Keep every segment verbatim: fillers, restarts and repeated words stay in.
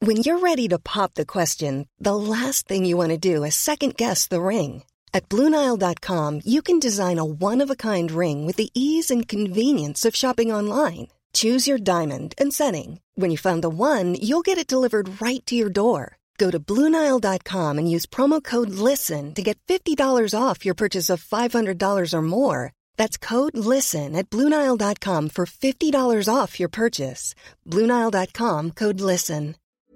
When you're ready to pop the question, the last thing you want to do is second-guess the ring. At Blue Nile dot com, you can design a one-of-a-kind ring with the ease and convenience of shopping online. Choose your diamond and setting. When you find the one, you'll get it delivered right to your door. Go to Blue Nile dot com and use promo code LISTEN to get fifty dollars off your purchase of five hundred dollars or more. That's code LISTEN at Blue Nile dot com for fifty dollars off your purchase. Blue Nile dot com, code LISTEN.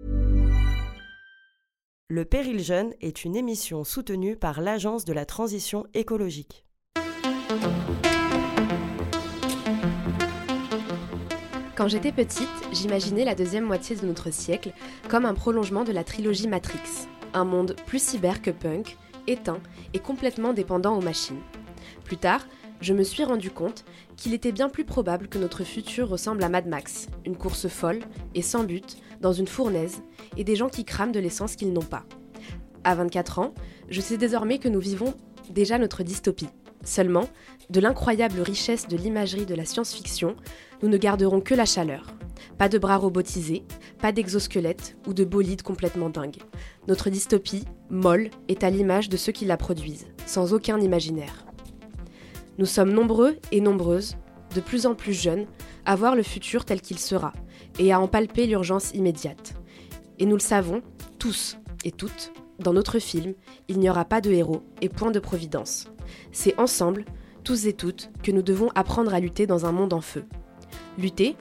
Le Péril Jeune est une émission soutenue par l'Agence de la transition écologique. Quand j'étais petite, j'imaginais la deuxième moitié de notre siècle comme un prolongement de la trilogie Matrix. Un monde plus cyber que punk, éteint et complètement dépendant aux machines. Plus tard, je me suis rendu compte qu'il était bien plus probable que notre futur ressemble à Mad Max, une course folle et sans but, dans une fournaise, et des gens qui crament de l'essence qu'ils n'ont pas. À vingt-quatre ans, je sais désormais que nous vivons déjà notre dystopie. Seulement, de l'incroyable richesse de l'imagerie de la science-fiction, nous ne garderons que la chaleur. Pas de bras robotisés, pas d'exosquelettes ou de bolides complètement dingues. Notre dystopie, molle, est à l'image de ceux qui la produisent, sans aucun imaginaire. Nous sommes nombreux et nombreuses, de plus en plus jeunes, à voir le futur tel qu'il sera, et à en palper l'urgence immédiate. Et nous le savons, tous et toutes, dans notre film, il n'y aura pas de héros et point de providence. C'est ensemble, tous et toutes, que nous devons apprendre à lutter dans un monde en feu. Lutter,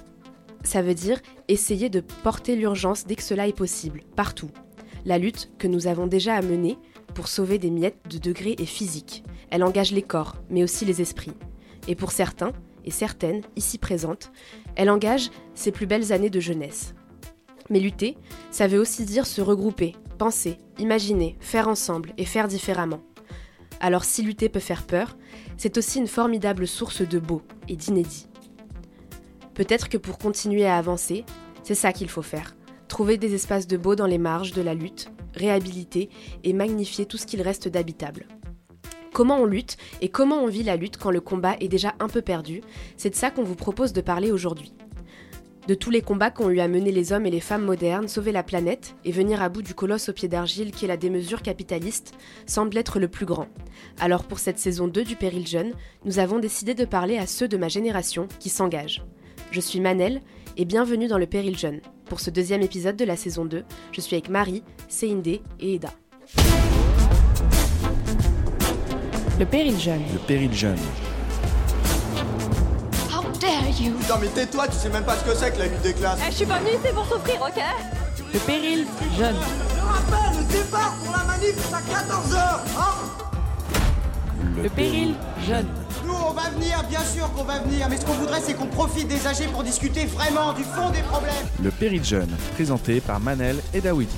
ça veut dire essayer de porter l'urgence dès que cela est possible, partout. La lutte que nous avons déjà à mener pour sauver des miettes de degrés est physique. Elle engage les corps, mais aussi les esprits. Et pour certains, et certaines, ici présentes, elle engage ses plus belles années de jeunesse. Mais lutter, ça veut aussi dire se regrouper, penser, imaginer, faire ensemble et faire différemment. Alors si lutter peut faire peur, c'est aussi une formidable source de beau et d'inédit. Peut-être que pour continuer à avancer, c'est ça qu'il faut faire. Trouver des espaces de beau dans les marges de la lutte, réhabiliter et magnifier tout ce qu'il reste d'habitable. Comment on lutte et comment on vit la lutte quand le combat est déjà un peu perdu, c'est de ça qu'on vous propose de parler aujourd'hui. De tous les combats qu'ont eu à mener les hommes et les femmes modernes, sauver la planète et venir à bout du colosse au pied d'argile qui est la démesure capitaliste, semble être le plus grand. Alors pour cette saison deux du Péril Jeune, nous avons décidé de parler à ceux de ma génération qui s'engagent. Je suis Manel et bienvenue dans le Péril Jeune. Pour ce deuxième épisode de la saison deux, je suis avec Marie, Céindé et Eda. Le Péril Jeune. Le Péril Jeune. How dare you! Putain mais tais-toi, tu sais même pas ce que c'est que la lutte des classes. Eh, je suis pas venue ici pour souffrir, ok? Le Péril Jeune. Je rappelle, le départ pour la manif c'est à quatorze heures, hein? Le, le Péril Jeune. Nous on va venir, bien sûr qu'on va venir, mais ce qu'on voudrait c'est qu'on profite des âgés pour discuter vraiment du fond des problèmes. Le Péril Jeune, présenté par Manel et Dawidi.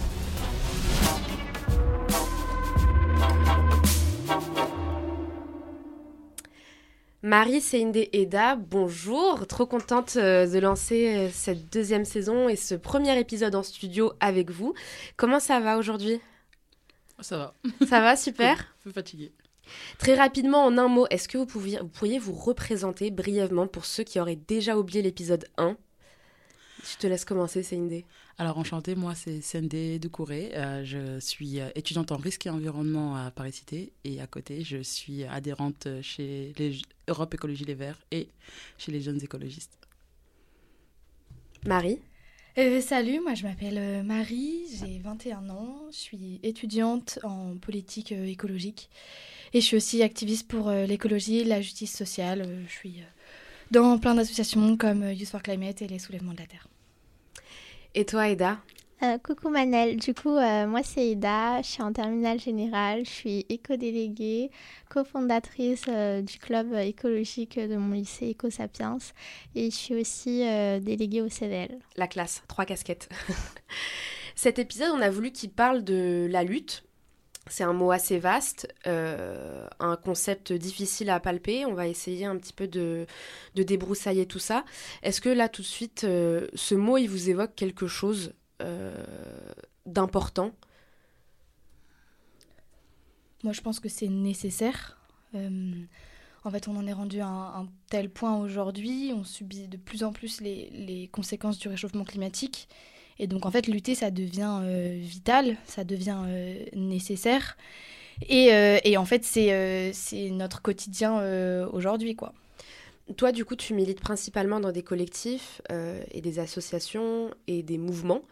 Marie, Céindé, Eda, bonjour. Trop contente de lancer cette deuxième saison et ce premier épisode en studio avec vous. Comment ça va aujourd'hui ? Ça va. Ça va, super. Un peu fatiguée. Très rapidement, en un mot, est-ce que vous, pouviez, vous pourriez vous représenter brièvement pour ceux qui auraient déjà oublié l'épisode un ? Je te laisse commencer, Céindé. Alors, enchantée, moi, c'est Céindé Doucouré. Euh, je suis étudiante en risque et environnement à Paris-Cité. Et à côté, je suis adhérente chez les Europe Écologie Les Verts et chez les jeunes écologistes. Marie ? Euh, salut, moi je m'appelle euh, Marie, j'ai vingt et un ans, je suis étudiante en politique euh, écologique et je suis aussi activiste pour euh, l'écologie et la justice sociale. Euh, je suis euh, dans plein d'associations comme euh, Youth for Climate et les Soulèvements de la Terre. Et toi, Eda ? Euh, coucou Manel, du coup euh, moi c'est Eda, je suis en terminale générale, je suis éco-déléguée, cofondatrice euh, du club écologique de mon lycée Eco-Sapiens et je suis aussi euh, déléguée au C V L. La classe, trois casquettes. Cet épisode, on a voulu qu'il parle de la lutte. C'est un mot assez vaste, euh, un concept difficile à palper. On va essayer un petit peu de, de débroussailler tout ça. Est-ce que là, tout de suite, euh, ce mot, il vous évoque quelque chose euh, d'important ? Moi, je pense que c'est nécessaire. Euh, en fait, on en est rendu à un, un tel point aujourd'hui. On subit de plus en plus les, les conséquences du réchauffement climatique. Et donc, en fait, lutter, ça devient euh, vital, ça devient euh, nécessaire. Et, euh, et en fait, c'est, euh, c'est notre quotidien euh, aujourd'hui, quoi. Toi, du coup, tu milites principalement dans des collectifs euh, et des associations et des mouvements.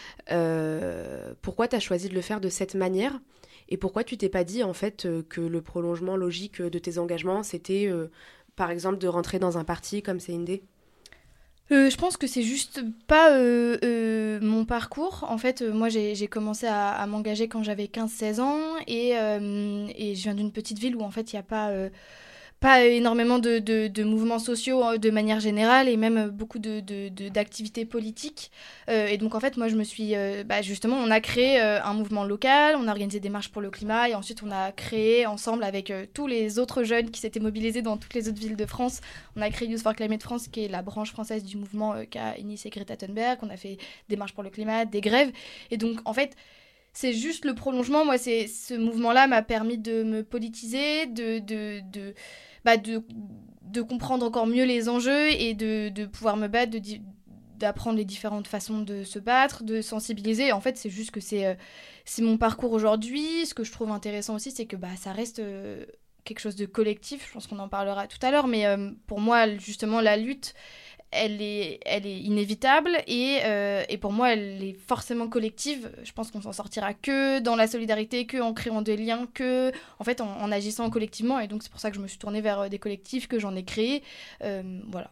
Euh, pourquoi tu as choisi de le faire de cette manière ? Et pourquoi tu t'es pas dit, en fait, euh, que le prolongement logique de tes engagements, c'était, euh, par exemple, de rentrer dans un parti comme C N D ? Euh, je pense que c'est juste pas euh, euh, mon parcours. En fait, euh, moi, j'ai, j'ai commencé à, à m'engager quand j'avais quinze seize ans et, euh, et je viens d'une petite ville où, en fait, il n'y a pas... Euh, pas énormément de, de, de mouvements sociaux de manière générale et même beaucoup de, de, de, d'activités politiques. Euh, et donc, en fait, moi, je me suis... Euh, bah, justement, on a créé euh, un mouvement local, on a organisé des marches pour le climat et ensuite, on a créé ensemble avec euh, tous les autres jeunes qui s'étaient mobilisés dans toutes les autres villes de France. On a créé Youth for Climate France, qui est la branche française du mouvement euh, qu'a initié Greta Thunberg. On a fait des marches pour le climat, des grèves. Et donc, en fait... c'est juste le prolongement. Moi, c'est, ce mouvement-là m'a permis de me politiser, de, de, de, bah de, de comprendre encore mieux les enjeux et de, de pouvoir me battre, de, d'apprendre les différentes façons de se battre, de sensibiliser. En fait, c'est juste que c'est, euh, c'est mon parcours aujourd'hui. Ce que je trouve intéressant aussi, c'est que bah, ça reste euh, quelque chose de collectif. Je pense qu'on en parlera tout à l'heure. Mais euh, pour moi, justement, la lutte... Elle est, elle est inévitable et, euh, et pour moi, elle est forcément collective. Je pense qu'on s'en sortira que dans la solidarité, que en créant des liens, que en, fait, en, en agissant collectivement. Et donc, c'est pour ça que je me suis tournée vers des collectifs, que j'en ai créés. Euh, voilà.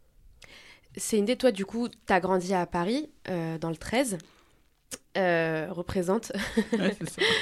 C N D, toi, du coup, tu as grandi à Paris, euh, dans le treize. Euh, représente. Ouais, c'est ça.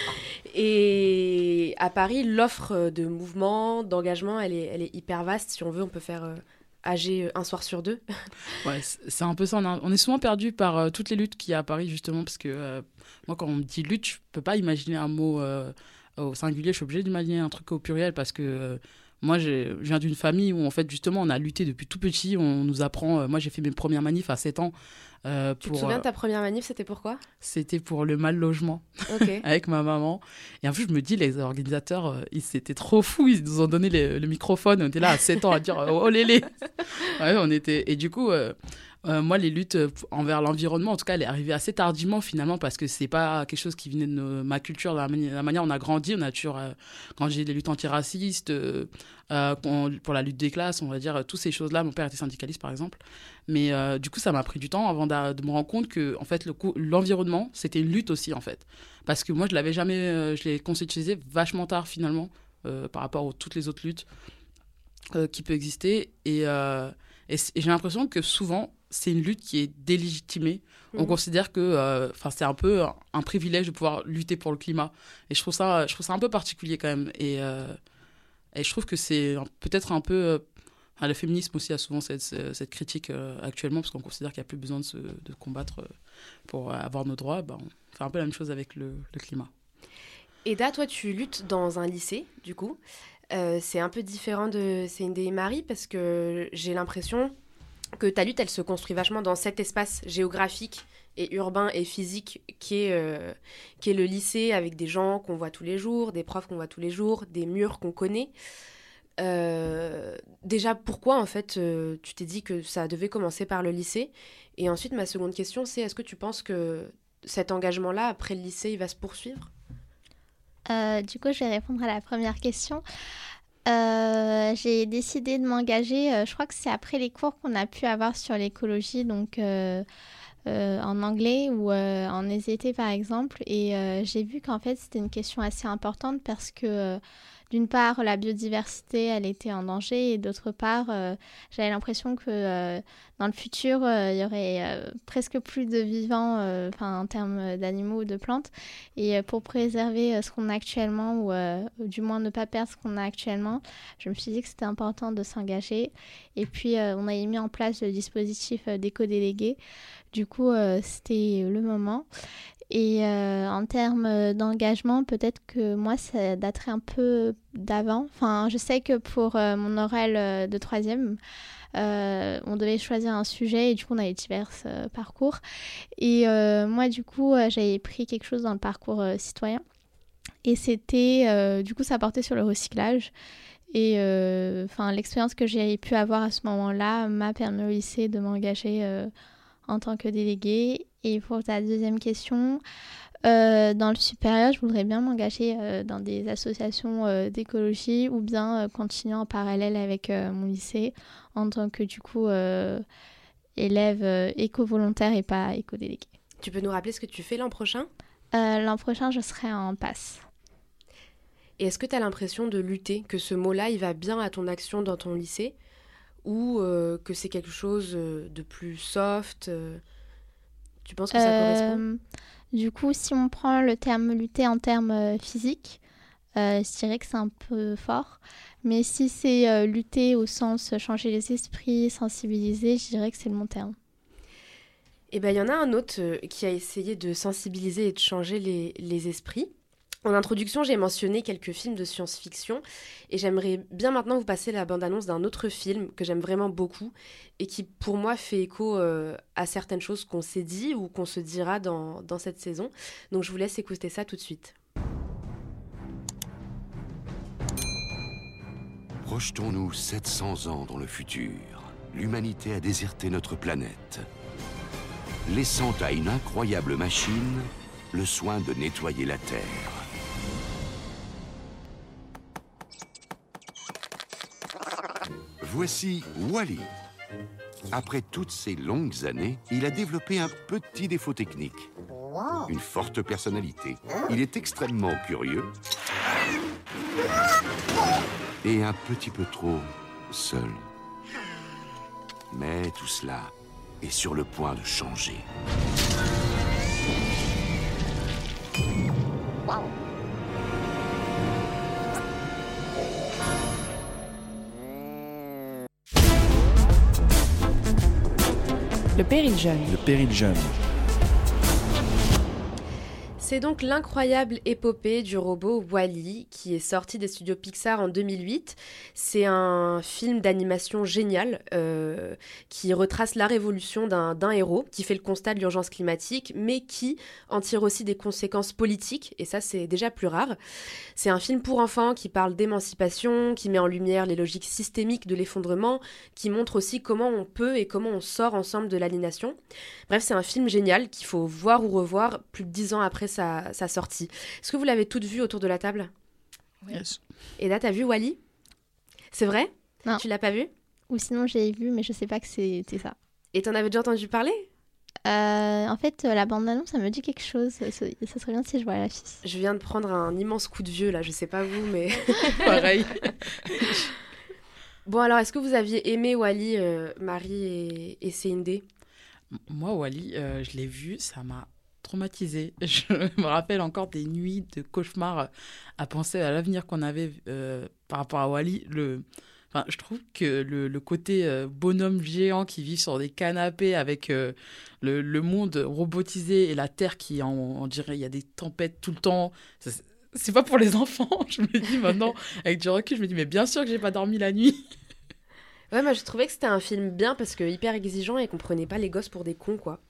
Et à Paris, l'offre de mouvement, d'engagement, elle est, elle est hyper vaste. Si on veut, on peut faire... Euh... âgé un soir sur deux. Ouais, c'est un peu ça. On, a, on est souvent perdu par euh, toutes les luttes qu'il y a à Paris, justement, parce que euh, moi, quand on me dit lutte, je ne peux pas imaginer un mot euh, au singulier. Je suis obligée d'imaginer un truc au pluriel, parce que euh, moi, j'ai, je viens d'une famille où, en fait, justement, on a lutté depuis tout petit. On nous apprend... Euh, moi, j'ai fait mes premières manifs à sept ans. Euh, tu pour, te souviens de ta première manif, c'était pourquoi ? C'était pour le mal logement, okay. Avec ma maman. Et en plus, je me dis, les organisateurs, euh, ils étaient trop fous. Ils nous ont donné les, le microphone. On était là à sept ans à dire « Oh lélé !» Ouais, on était... Et du coup, euh, euh, moi, les luttes envers l'environnement, en tout cas, elle est arrivée assez tardivement, finalement, parce que c'est pas quelque chose qui venait de nos, ma culture, de la, mani- la manière dont on a grandi. On a toujours euh, grandi des luttes antiracistes, euh, euh, pour la lutte des classes, on va dire, toutes ces choses-là. Mon père était syndicaliste, par exemple. Mais euh, du coup, ça m'a pris du temps avant de, de me rendre compte que, en fait, le coup, l'environnement, c'était une lutte aussi, en fait. Parce que moi, je l'avais jamais, euh, je l'ai conscientisé vachement tard, finalement, euh, par rapport à toutes les autres luttes euh, qui peuvent exister. Et, euh, et, et j'ai l'impression que souvent, c'est une lutte qui est délégitimée. Mmh. On considère que euh, c'est un peu un, un privilège de pouvoir lutter pour le climat. Et je trouve ça, je trouve ça un peu particulier, quand même. Et, euh, et je trouve que c'est peut-être un peu... Euh, le féminisme aussi a souvent cette, cette critique euh, actuellement, parce qu'on considère qu'il n'y a plus besoin de se de combattre euh, pour avoir nos droits. Ben, on fait un peu la même chose avec le, le climat. Eda, toi, tu luttes dans un lycée, du coup. Euh, c'est un peu différent de C N D et Marie, parce que j'ai l'impression que ta lutte, elle se construit vachement dans cet espace géographique et urbain et physique qui est, euh, qui est le lycée, avec des gens qu'on voit tous les jours, des profs qu'on voit tous les jours, des murs qu'on connaît. Euh, déjà, pourquoi en fait euh, tu t'es dit que ça devait commencer par le lycée ? Et ensuite, ma seconde question, c'est est-ce que tu penses que cet engagement-là, après le lycée, il va se poursuivre ? euh, Du coup, je vais répondre à la première question. Euh, j'ai décidé de m'engager, euh, je crois que c'est après les cours qu'on a pu avoir sur l'écologie, donc euh, euh, en anglais ou euh, en S V T par exemple. Et euh, j'ai vu qu'en fait, c'était une question assez importante parce que... Euh, D'une part, la biodiversité, elle était en danger, et d'autre part, euh, j'avais l'impression que euh, dans le futur, euh, il y aurait euh, presque plus de vivants, euh, en termes d'animaux ou de plantes. Et euh, pour préserver euh, ce qu'on a actuellement, ou, euh, ou du moins ne pas perdre ce qu'on a actuellement, je me suis dit que c'était important de s'engager. Et puis, euh, on avait mis en place le dispositif euh, d'éco-délégués. Du coup, euh, c'était le moment. Et euh, en termes d'engagement, peut-être que moi, ça daterait un peu d'avant. Enfin, je sais que pour euh, mon oral euh, de troisième, euh, on devait choisir un sujet et du coup, on avait divers euh, parcours. Et euh, moi, du coup, euh, j'avais pris quelque chose dans le parcours euh, citoyen. Et c'était, euh, du coup, ça portait sur le recyclage. Et euh, l'expérience que j'ai pu avoir à ce moment-là m'a permis au lycée de m'engager euh, en tant que déléguée. Et pour ta deuxième question, euh, dans le supérieur, je voudrais bien m'engager euh, dans des associations euh, d'écologie ou bien euh, continuer en parallèle avec euh, mon lycée en tant que du coup euh, élève euh, éco-volontaire et pas éco-délégué. Tu peux nous rappeler ce que tu fais l'an prochain ? euh, L'an prochain, je serai en passe. Et est-ce que tu as l'impression de lutter, que ce mot-là, il va bien à ton action dans ton lycée, ou euh, que c'est quelque chose de plus soft euh, Tu penses que ça euh, correspond ? Du coup, si on prend le terme lutter en termes euh, physiques, euh, je dirais que c'est un peu fort. Mais si c'est euh, lutter au sens changer les esprits, sensibiliser, je dirais que c'est le bon terme. Eh bien, il y en a un autre euh, qui a essayé de sensibiliser et de changer les, les esprits. En introduction, j'ai mentionné quelques films de science-fiction et j'aimerais bien maintenant vous passer la bande-annonce d'un autre film que j'aime vraiment beaucoup et qui, pour moi, fait écho euh, à certaines choses qu'on s'est dit ou qu'on se dira dans, dans cette saison. Donc, je vous laisse écouter ça tout de suite. Projetons-nous sept cents ans dans le futur. L'humanité a déserté notre planète, laissant à une incroyable machine le soin de nettoyer la Terre. Voici Wall-E. Après toutes ces longues années, il a développé un petit défaut technique. Une forte personnalité. Il est extrêmement curieux et un petit peu trop seul. Mais tout cela est sur le point de changer. Le péril jeune. Le péril jeune. C'est donc l'incroyable épopée du robot Wall-E qui est sorti des studios Pixar en deux mille huit. C'est un film d'animation génial euh, qui retrace la révolution d'un, d'un héros qui fait le constat de l'urgence climatique mais qui en tire aussi des conséquences politiques et ça c'est déjà plus rare. C'est un film pour enfants qui parle d'émancipation, qui met en lumière les logiques systémiques de l'effondrement, qui montre aussi comment on peut et comment on sort ensemble de l'aliénation. Bref, c'est un film génial qu'il faut voir ou revoir plus de dix ans après Sa, sa sortie. Est-ce que vous l'avez toutes vues autour de la table ? Oui. Yes. Eda, t'as vu Wall-E ? C'est vrai ? Non. Tu l'as pas vu ? Ou sinon j'ai vu, mais je sais pas que c'était ça. Et t'en avais déjà entendu parler ? euh, En fait, la bande-annonce, ça me dit quelque chose. Ça, ça serait bien si je vois l'affiche. Je viens de prendre un immense coup de vieux, là. Je sais pas vous, mais... Pareil. Bon, alors, est-ce que vous aviez aimé Wall-E, euh, Marie et, et Céline? Moi, Wall-E, euh, je l'ai vu, ça m'a traumatisée. Je me rappelle encore des nuits de cauchemar à penser à l'avenir qu'on avait euh, par rapport à Wall-E. Le... Enfin, je trouve que le, le côté euh, bonhomme géant qui vit sur des canapés avec euh, le, le monde robotisé et la Terre qui, en, on dirait, il y a des tempêtes tout le temps. Ça, c'est pas pour les enfants. Je me dis maintenant, avec du recul, je me dis, mais bien sûr que j'ai pas dormi la nuit. Ouais, moi je trouvais que c'était un film bien parce que hyper exigeant et qu'on prenait pas les gosses pour des cons, quoi.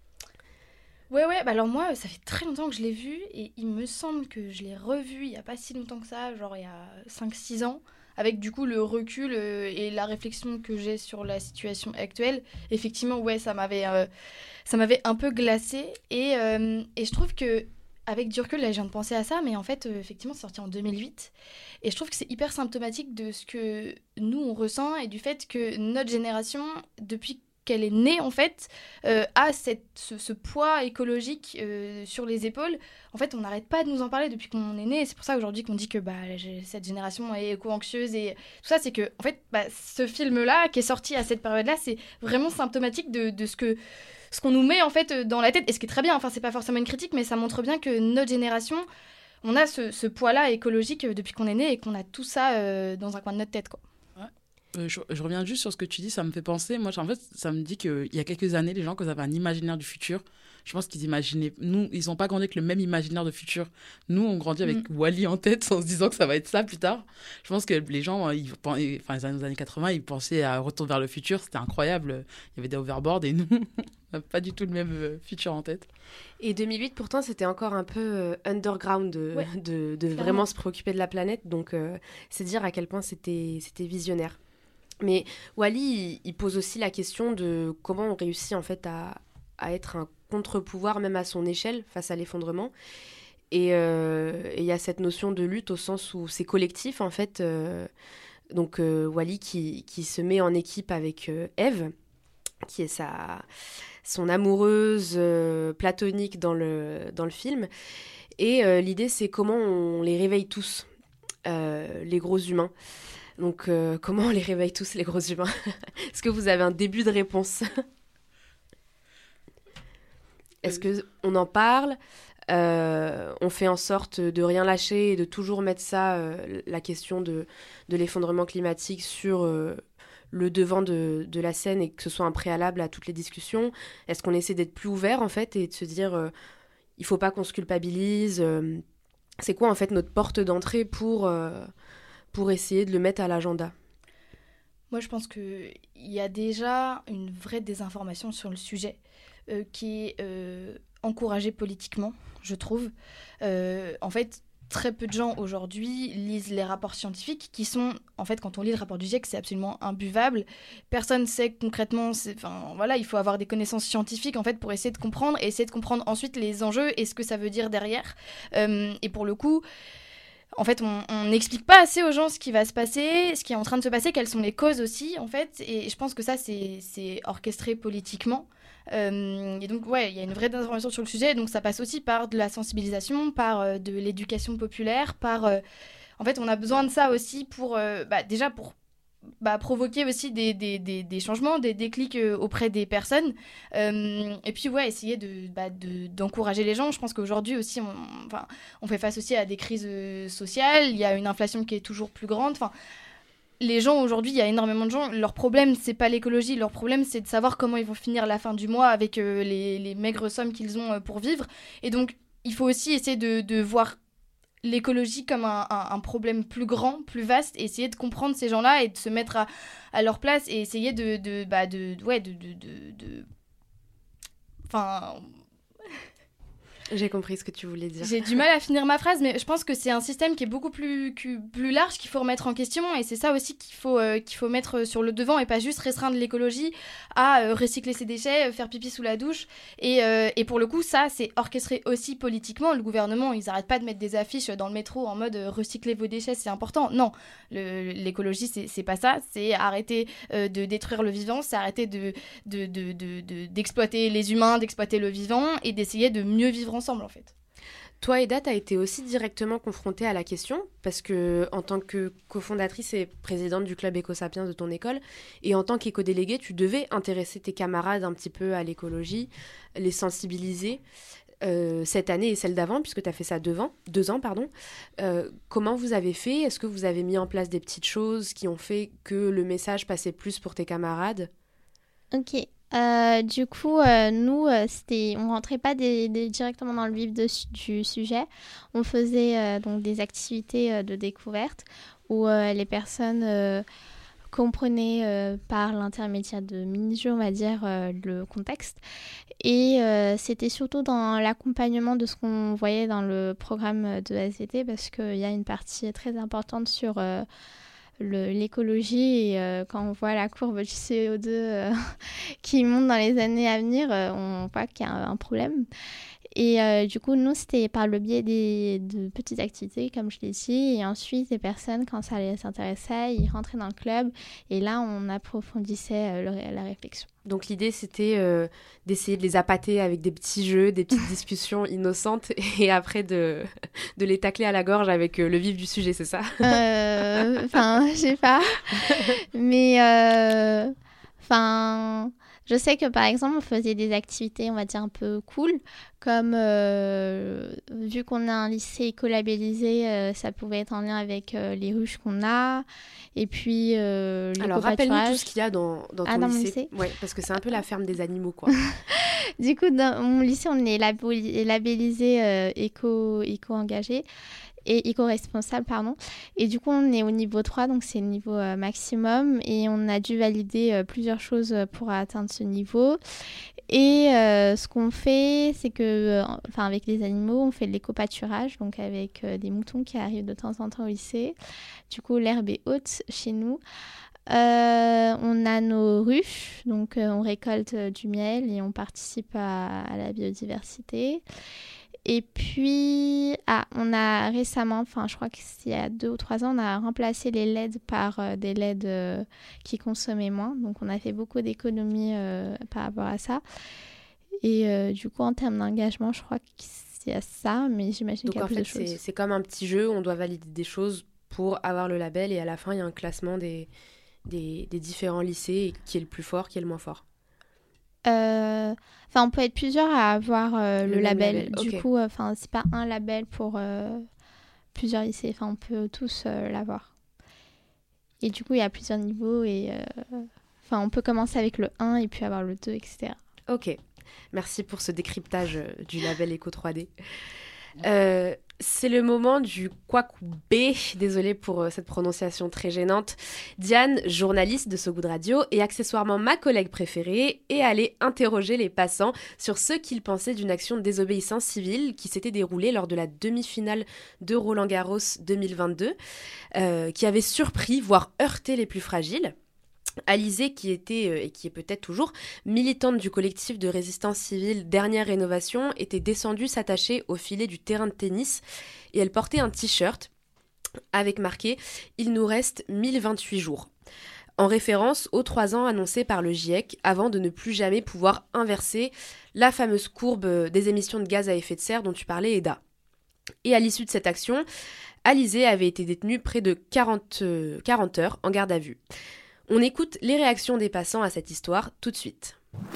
Ouais, ouais, bah alors moi, ça fait très longtemps que je l'ai vu et il me semble que je l'ai revu il y a pas si longtemps que ça, genre il y a cinq six ans, avec du coup le recul euh, et la réflexion que j'ai sur la situation actuelle. Effectivement, ouais, ça m'avait, euh, ça m'avait un peu glacée et, euh, et je trouve que avec du recul, là, je viens de penser à ça, mais en fait, euh, effectivement, c'est sorti en deux mille huit. Et je trouve que c'est hyper symptomatique de ce que nous, on ressent et du fait que notre génération, depuis qu'elle est née, en fait, euh, a cette, ce, ce poids écologique euh, sur les épaules. En fait, on n'arrête pas de nous en parler depuis qu'on est né. Et c'est pour ça, aujourd'hui, qu'on dit que bah, cette génération est éco-anxieuse et tout ça. C'est que, en fait, bah, ce film-là, qui est sorti à cette période-là, c'est vraiment symptomatique de, de ce que... ce qu'on nous met en fait dans la tête, et ce qui est très bien, enfin c'est pas forcément une critique, mais ça montre bien que notre génération, on a ce, ce poids-là écologique depuis qu'on est né et qu'on a tout ça euh, dans un coin de notre tête, quoi. Ouais. Euh, je, je reviens juste sur ce que tu dis, ça me fait penser, moi en fait ça me dit qu'il y a quelques années, les gens quand ils avaient un imaginaire du futur, je pense qu'ils imaginaient, nous ils n'ont pas grandi avec le même imaginaire de futur, nous on grandit avec mmh. Wall-E en tête en se disant que ça va être ça plus tard. Je pense que les gens, ils, enfin les années, années quatre-vingts, ils pensaient à Retour vers le futur, c'était incroyable, il y avait des hoverboards et nous on n'a pas du tout le même futur en tête. Et deux mille huit pourtant c'était encore un peu underground de, ouais, de, de vraiment se préoccuper de la planète, donc euh, c'est dire à quel point c'était, c'était visionnaire. Mais Wall-E il, il pose aussi la question de comment on réussit en fait à, à être un contre-pouvoir même à son échelle face à l'effondrement. Et il euh, y a cette notion de lutte au sens où c'est collectif en fait. Euh, donc euh, Wally qui, qui se met en équipe avec euh, Eve, qui est sa, son amoureuse euh, platonique dans le, dans le film. Et euh, l'idée c'est comment on les réveille tous, euh, les gros humains. Donc euh, comment on les réveille tous les gros humains? Est-ce que vous avez un début de réponse? Est-ce qu'on en parle? Euh, on fait en sorte de rien lâcher et de toujours mettre ça, euh, la question de, de l'effondrement climatique sur euh, le devant de, de la scène et que ce soit un préalable à toutes les discussions? Est-ce qu'on essaie d'être plus ouvert en fait et de se dire euh, il faut pas qu'on se culpabilise, euh, c'est quoi en fait notre porte d'entrée pour, euh, pour essayer de le mettre à l'agenda? Moi je pense qu'il y a déjà une vraie désinformation sur le sujet euh, qui est euh, encouragée politiquement, je trouve. Euh, en fait, très peu de gens aujourd'hui lisent les rapports scientifiques qui sont, en fait, quand on lit le rapport du GIEC, c'est absolument imbuvable. Personne ne sait concrètement, enfin voilà, il faut avoir des connaissances scientifiques en fait pour essayer de comprendre et essayer de comprendre ensuite les enjeux et ce que ça veut dire derrière. Euh, et pour le coup, en fait, on n'explique pas assez aux gens ce qui va se passer, ce qui est en train de se passer, quelles sont les causes aussi, en fait. Et je pense que ça, c'est, c'est orchestré politiquement. Euh, et donc, ouais, il y a une vraie désinformation sur le sujet. Donc, ça passe aussi par de la sensibilisation, par euh, de l'éducation populaire, par... Euh, en fait, on a besoin de ça aussi pour... Euh, bah, déjà, pour... Bah, provoquer aussi des, des, des, des changements, des déclics euh, auprès des personnes. Euh, et puis, ouais, essayer de, bah, de, d'encourager les gens. Je pense qu'aujourd'hui aussi, on, enfin, on fait face aussi à des crises euh, sociales. Il y a une inflation qui est toujours plus grande. Enfin, les gens, aujourd'hui, il y a énormément de gens, leur problème, c'est pas l'écologie. Leur problème, c'est de savoir comment ils vont finir la fin du mois avec euh, les, les maigres sommes qu'ils ont euh, pour vivre. Et donc, il faut aussi essayer de, de voir l'écologie comme un, un, un problème plus grand, plus vaste, et essayer de comprendre ces gens-là et de se mettre à, à leur place et essayer de... de, bah de, ouais, de... de, de, de... Enfin... J'ai compris ce que tu voulais dire. J'ai du mal à finir ma phrase, mais je pense que c'est un système qui est beaucoup plus, plus large qu'il faut remettre en question, et c'est ça aussi qu'il faut, euh, qu'il faut mettre sur le devant, et pas juste restreindre l'écologie à euh, recycler ses déchets, euh, faire pipi sous la douche. Et, euh, et pour le coup, ça, c'est orchestré aussi politiquement. Le gouvernement, ils n'arrêtent pas de mettre des affiches dans le métro en mode euh, « recycler vos déchets, c'est important ». Non, le, l'écologie, c'est, c'est pas ça. C'est arrêter euh, de détruire le vivant, c'est arrêter de, de, de, de, de, d'exploiter les humains, d'exploiter le vivant, et d'essayer de mieux vivre ensemble. Ensemble, en fait. Toi, Eda, tu as été aussi directement confrontée à la question parce que en tant que cofondatrice et présidente du club Écosapiens de ton école et en tant qu'éco-déléguée, tu devais intéresser tes camarades un petit peu à l'écologie, les sensibiliser euh, cette année et celle d'avant puisque tu as fait ça deux ans. Deux ans pardon. Euh, comment vous avez fait? Est-ce que vous avez mis en place des petites choses qui ont fait que le message passait plus pour tes camarades? Ok. Euh, du coup, euh, nous, euh, c'était, on rentrait pas des, des, directement dans le vif de, du sujet. On faisait euh, donc des activités euh, de découverte où euh, les personnes euh, comprenaient euh, par l'intermédiaire de mini-jeux, on va dire, euh, le contexte. Et euh, c'était surtout dans l'accompagnement de ce qu'on voyait dans le programme de S V T parce qu'il y a une partie très importante sur... Euh, Le, l'écologie et euh, quand on voit la courbe du C O deux euh, qui monte dans les années à venir, euh, on voit qu'il y a un problème. Et euh, du coup, nous, c'était par le biais des, de petites activités, comme je l'ai dit. Et ensuite, les personnes, quand ça les intéressait, ils rentraient dans le club. Et là, on approfondissait euh, le, la réflexion. Donc l'idée, c'était euh, d'essayer de les appâter avec des petits jeux, des petites discussions innocentes et après de, de les tacler à la gorge avec euh, le vif du sujet, c'est ça? Enfin, euh, je sais pas. Mais, enfin... Euh, je sais que par exemple, on faisait des activités, on va dire, un peu cool, comme euh, vu qu'on a un lycée écolabellisé, euh, ça pouvait être en lien avec euh, les ruches qu'on a, et puis euh, alors rappelle-nous tout ce qu'il y a dans, dans ton ah, dans lycée. Mon lycée. Ouais, parce que c'est un peu la ferme des animaux, quoi. Du coup, dans mon lycée, on est labo- labellisé euh, éco, éco-engagé. Et éco-responsable, pardon. Et du coup, on est au niveau trois, donc c'est le niveau euh, maximum. Et on a dû valider euh, plusieurs choses pour atteindre ce niveau. Et euh, ce qu'on fait, c'est que, euh, enfin, avec les animaux, on fait de l'éco-pâturage, donc avec euh, des moutons qui arrivent de temps en temps au lycée. Du coup, l'herbe est haute chez nous. Euh, on a nos ruches, donc euh, on récolte euh, du miel et on participe à, à la biodiversité. Et puis, ah, on a récemment, enfin je crois qu'il y a deux ou trois ans, on a remplacé les L E D par euh, des L E D euh, qui consommaient moins. Donc on a fait beaucoup d'économies euh, par rapport à ça. Et euh, du coup, en termes d'engagement, je crois qu'il y a ça, mais j'imagine donc, qu'il y a en plus fait, de choses. c'est, c'est comme un petit jeu, on doit valider des choses pour avoir le label et à la fin, il y a un classement des... Des, des différents lycées, et qui est le plus fort, qui est le moins fort. Euh, Enfin, on peut être plusieurs à avoir euh, le, le label. label. Du Okay. coup, enfin, euh, c'est pas un label pour euh, plusieurs lycées. Enfin, on peut tous euh, l'avoir. Et du coup, il y a plusieurs niveaux. Et enfin, euh, on peut commencer avec le un et puis avoir le deux, et cetera. Ok. Merci pour ce décryptage du label Eco trois D. Euh, c'est le moment du Kwaku B, désolée pour euh, cette prononciation très gênante. Diane, journaliste de So Good Radio et accessoirement ma collègue préférée, est allée interroger les passants sur ce qu'ils pensaient d'une action de désobéissance civile qui s'était déroulée lors de la demi-finale de Roland-Garros deux mille vingt-deux, euh, qui avait surpris, voire heurté les plus fragiles. Alizée, qui était euh, et qui est peut-être toujours militante du collectif de résistance civile Dernière Rénovation, était descendue s'attacher au filet du terrain de tennis et elle portait un t-shirt avec marqué « Il nous reste mille vingt-huit jours », en référence aux trois ans annoncés par le GIEC avant de ne plus jamais pouvoir inverser la fameuse courbe des émissions de gaz à effet de serre dont tu parlais, Eda. Et à l'issue de cette action, Alizée avait été détenue près de quarante, euh, quarante heures en garde à vue. On écoute les réactions des passants à cette histoire tout de suite.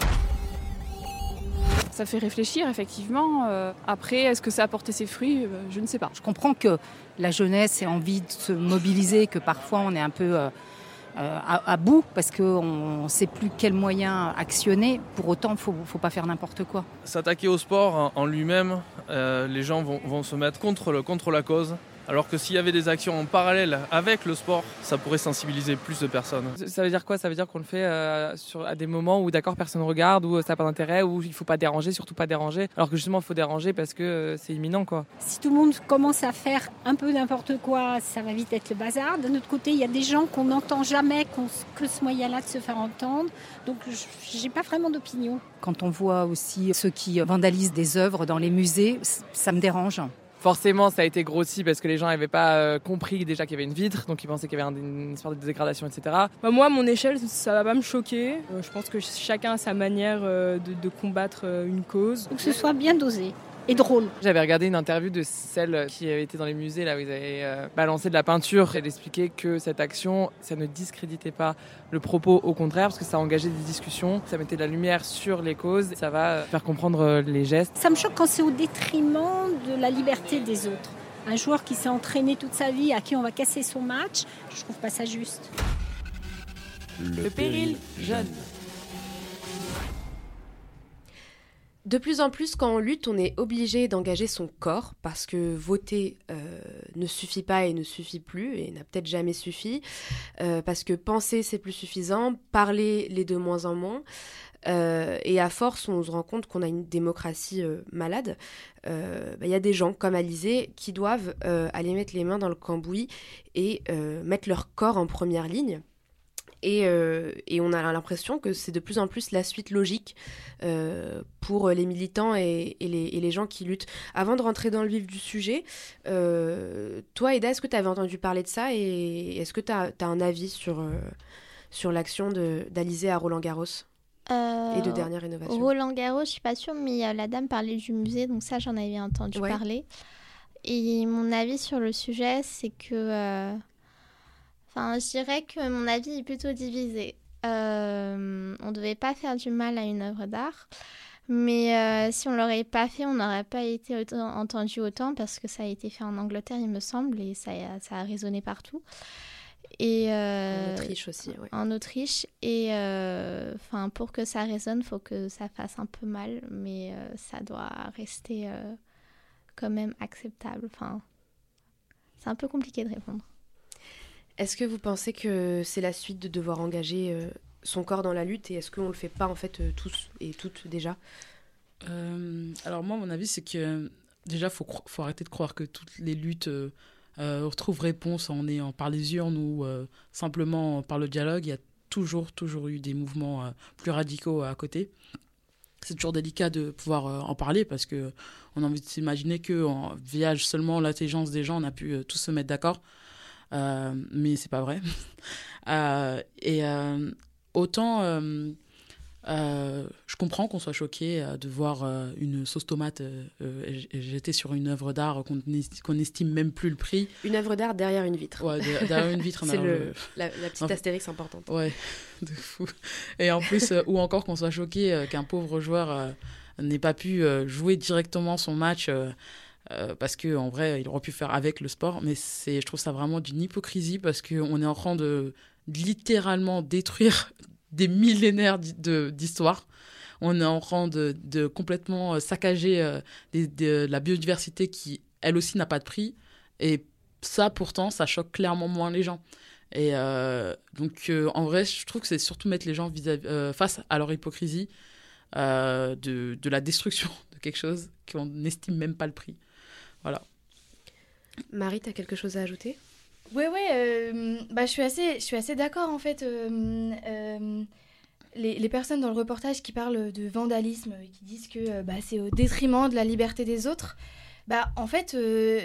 Ça fait réfléchir, effectivement. Euh, après, est-ce que ça a porté ses fruits ? euh, Je ne sais pas. Je comprends que la jeunesse ait envie de se mobiliser, que parfois on est un peu euh, à, à bout parce qu'on ne sait plus quels moyens actionner. Pour autant, il ne faut, faut pas faire n'importe quoi. S'attaquer au sport en lui-même, euh, les gens vont, vont se mettre contre, le, contre la cause. Alors que s'il y avait des actions en parallèle avec le sport, ça pourrait sensibiliser plus de personnes. Ça veut dire quoi ? Ça veut dire qu'on le fait euh, sur, à des moments où d'accord personne ne regarde, où ça n'a pas d'intérêt, où il ne faut pas déranger, surtout pas déranger. Alors que justement il faut déranger parce que euh, c'est imminent, quoi. Si tout le monde commence à faire un peu n'importe quoi, ça va vite être le bazar. D'un autre côté, il y a des gens qu'on n'entend jamais, qu'on, que ce moyen-là de se faire entendre. Donc je n'ai pas vraiment d'opinion. Quand on voit aussi ceux qui vandalisent des œuvres dans les musées, ça me dérange. Forcément, ça a été grossi parce que les gens n'avaient pas euh, compris déjà qu'il y avait une vitre, donc ils pensaient qu'il y avait un, une histoire de dégradation, et cetera. Bah moi, à mon échelle, ça va pas me choquer. Euh, je pense que chacun a sa manière euh, de, de combattre euh, une cause. Donc que ce soit bien dosé et drôle. J'avais regardé une interview de celle qui avait été dans les musées, là où ils avaient euh, balancé de la peinture. Elle expliquait que cette action, ça ne discréditait pas le propos, au contraire, parce que ça engageait des discussions, ça mettait de la lumière sur les causes, ça va faire comprendre les gestes. Ça me choque quand c'est au détriment de la liberté des autres. Un joueur qui s'est entraîné toute sa vie, à qui on va casser son match, je trouve pas ça juste. Le, le péril jeune. De plus en plus, quand on lutte, on est obligé d'engager son corps parce que voter euh, ne suffit pas et ne suffit plus et n'a peut-être jamais suffi, euh, parce que penser c'est plus suffisant, parler l'est de moins en moins, euh, et à force on se rend compte qu'on a une démocratie euh, malade. Il euh, bah, y a des gens comme Alizée qui doivent euh, aller mettre les mains dans le cambouis et euh, mettre leur corps en première ligne. Et, euh, et on a l'impression que c'est de plus en plus la suite logique euh, pour les militants et, et, les, et les gens qui luttent. Avant de rentrer dans le vif du sujet, euh, toi, Eda, est-ce que tu avais entendu parler de ça et est-ce que tu as un avis sur, euh, sur l'action de, d'Alizée à Roland-Garros euh, et de Dernière Rénovation ? Roland-Garros, je ne suis pas sûre, mais euh, la dame parlait du musée, donc ça, j'en avais entendu ouais. parler. Et mon avis sur le sujet, c'est que... Euh... Enfin, je dirais que mon avis est plutôt divisé. Euh, on ne devait pas faire du mal à une œuvre d'art, mais euh, si on ne l'aurait pas fait, on n'aurait pas été autant, entendu autant parce que ça a été fait en Angleterre, il me semble, et ça, ça a résonné partout. Et, euh, en Autriche aussi, oui. En Autriche. Et euh, pour que ça résonne, il faut que ça fasse un peu mal, mais euh, ça doit rester euh, quand même acceptable. Enfin, c'est un peu compliqué de répondre. Est-ce que vous pensez que c'est la suite de devoir engager euh, son corps dans la lutte et est-ce qu'on ne le fait pas en fait euh, tous et toutes déjà ? euh, Alors moi, mon avis, c'est que déjà, il faut, cro- faut arrêter de croire que toutes les luttes euh, euh, retrouve réponse en ayant par les urnes ou euh, simplement par le dialogue. Il y a toujours, toujours eu des mouvements euh, plus radicaux à côté. C'est toujours délicat de pouvoir euh, en parler parce qu'on a envie de s'imaginer que en, via seulement l'intelligence des gens, on a pu euh, tous se mettre d'accord. Euh, mais c'est pas vrai. euh, et euh, autant... Euh, Euh, je comprends qu'on soit choqué euh, de voir euh, une sauce tomate euh, euh, jetée sur une œuvre d'art qu'on, qu'on estime même plus le prix. Une œuvre d'art derrière une vitre. Ouais, de, derrière une vitre. C'est le, le, la, la petite astérix importante. Ouais, de fou. Et en plus, euh, ou encore qu'on soit choqué euh, qu'un pauvre joueur euh, n'ait pas pu euh, jouer directement son match euh, euh, parce qu'en vrai, il aurait pu faire avec le sport. Mais c'est, je trouve ça vraiment d'une hypocrisie parce qu'on est en train de, de littéralement détruire des millénaires de, d'histoire. On est en train de, de complètement saccager euh, des, de la biodiversité qui, elle aussi, n'a pas de prix. Et ça, pourtant, ça choque clairement moins les gens. Et euh, donc, euh, en vrai, je trouve que c'est surtout mettre les gens vis-à-vis, euh, face à leur hypocrisie euh, de, de la destruction de quelque chose qu'on n'estime même pas le prix. Voilà. Marie, tu as quelque chose à ajouter ? Ouais, ouais, euh, bah, je suis assez, je suis assez d'accord en fait. Euh, euh, les, les personnes dans le reportage qui parlent de vandalisme, qui disent que euh, bah, c'est au détriment de la liberté des autres, bah en fait, euh,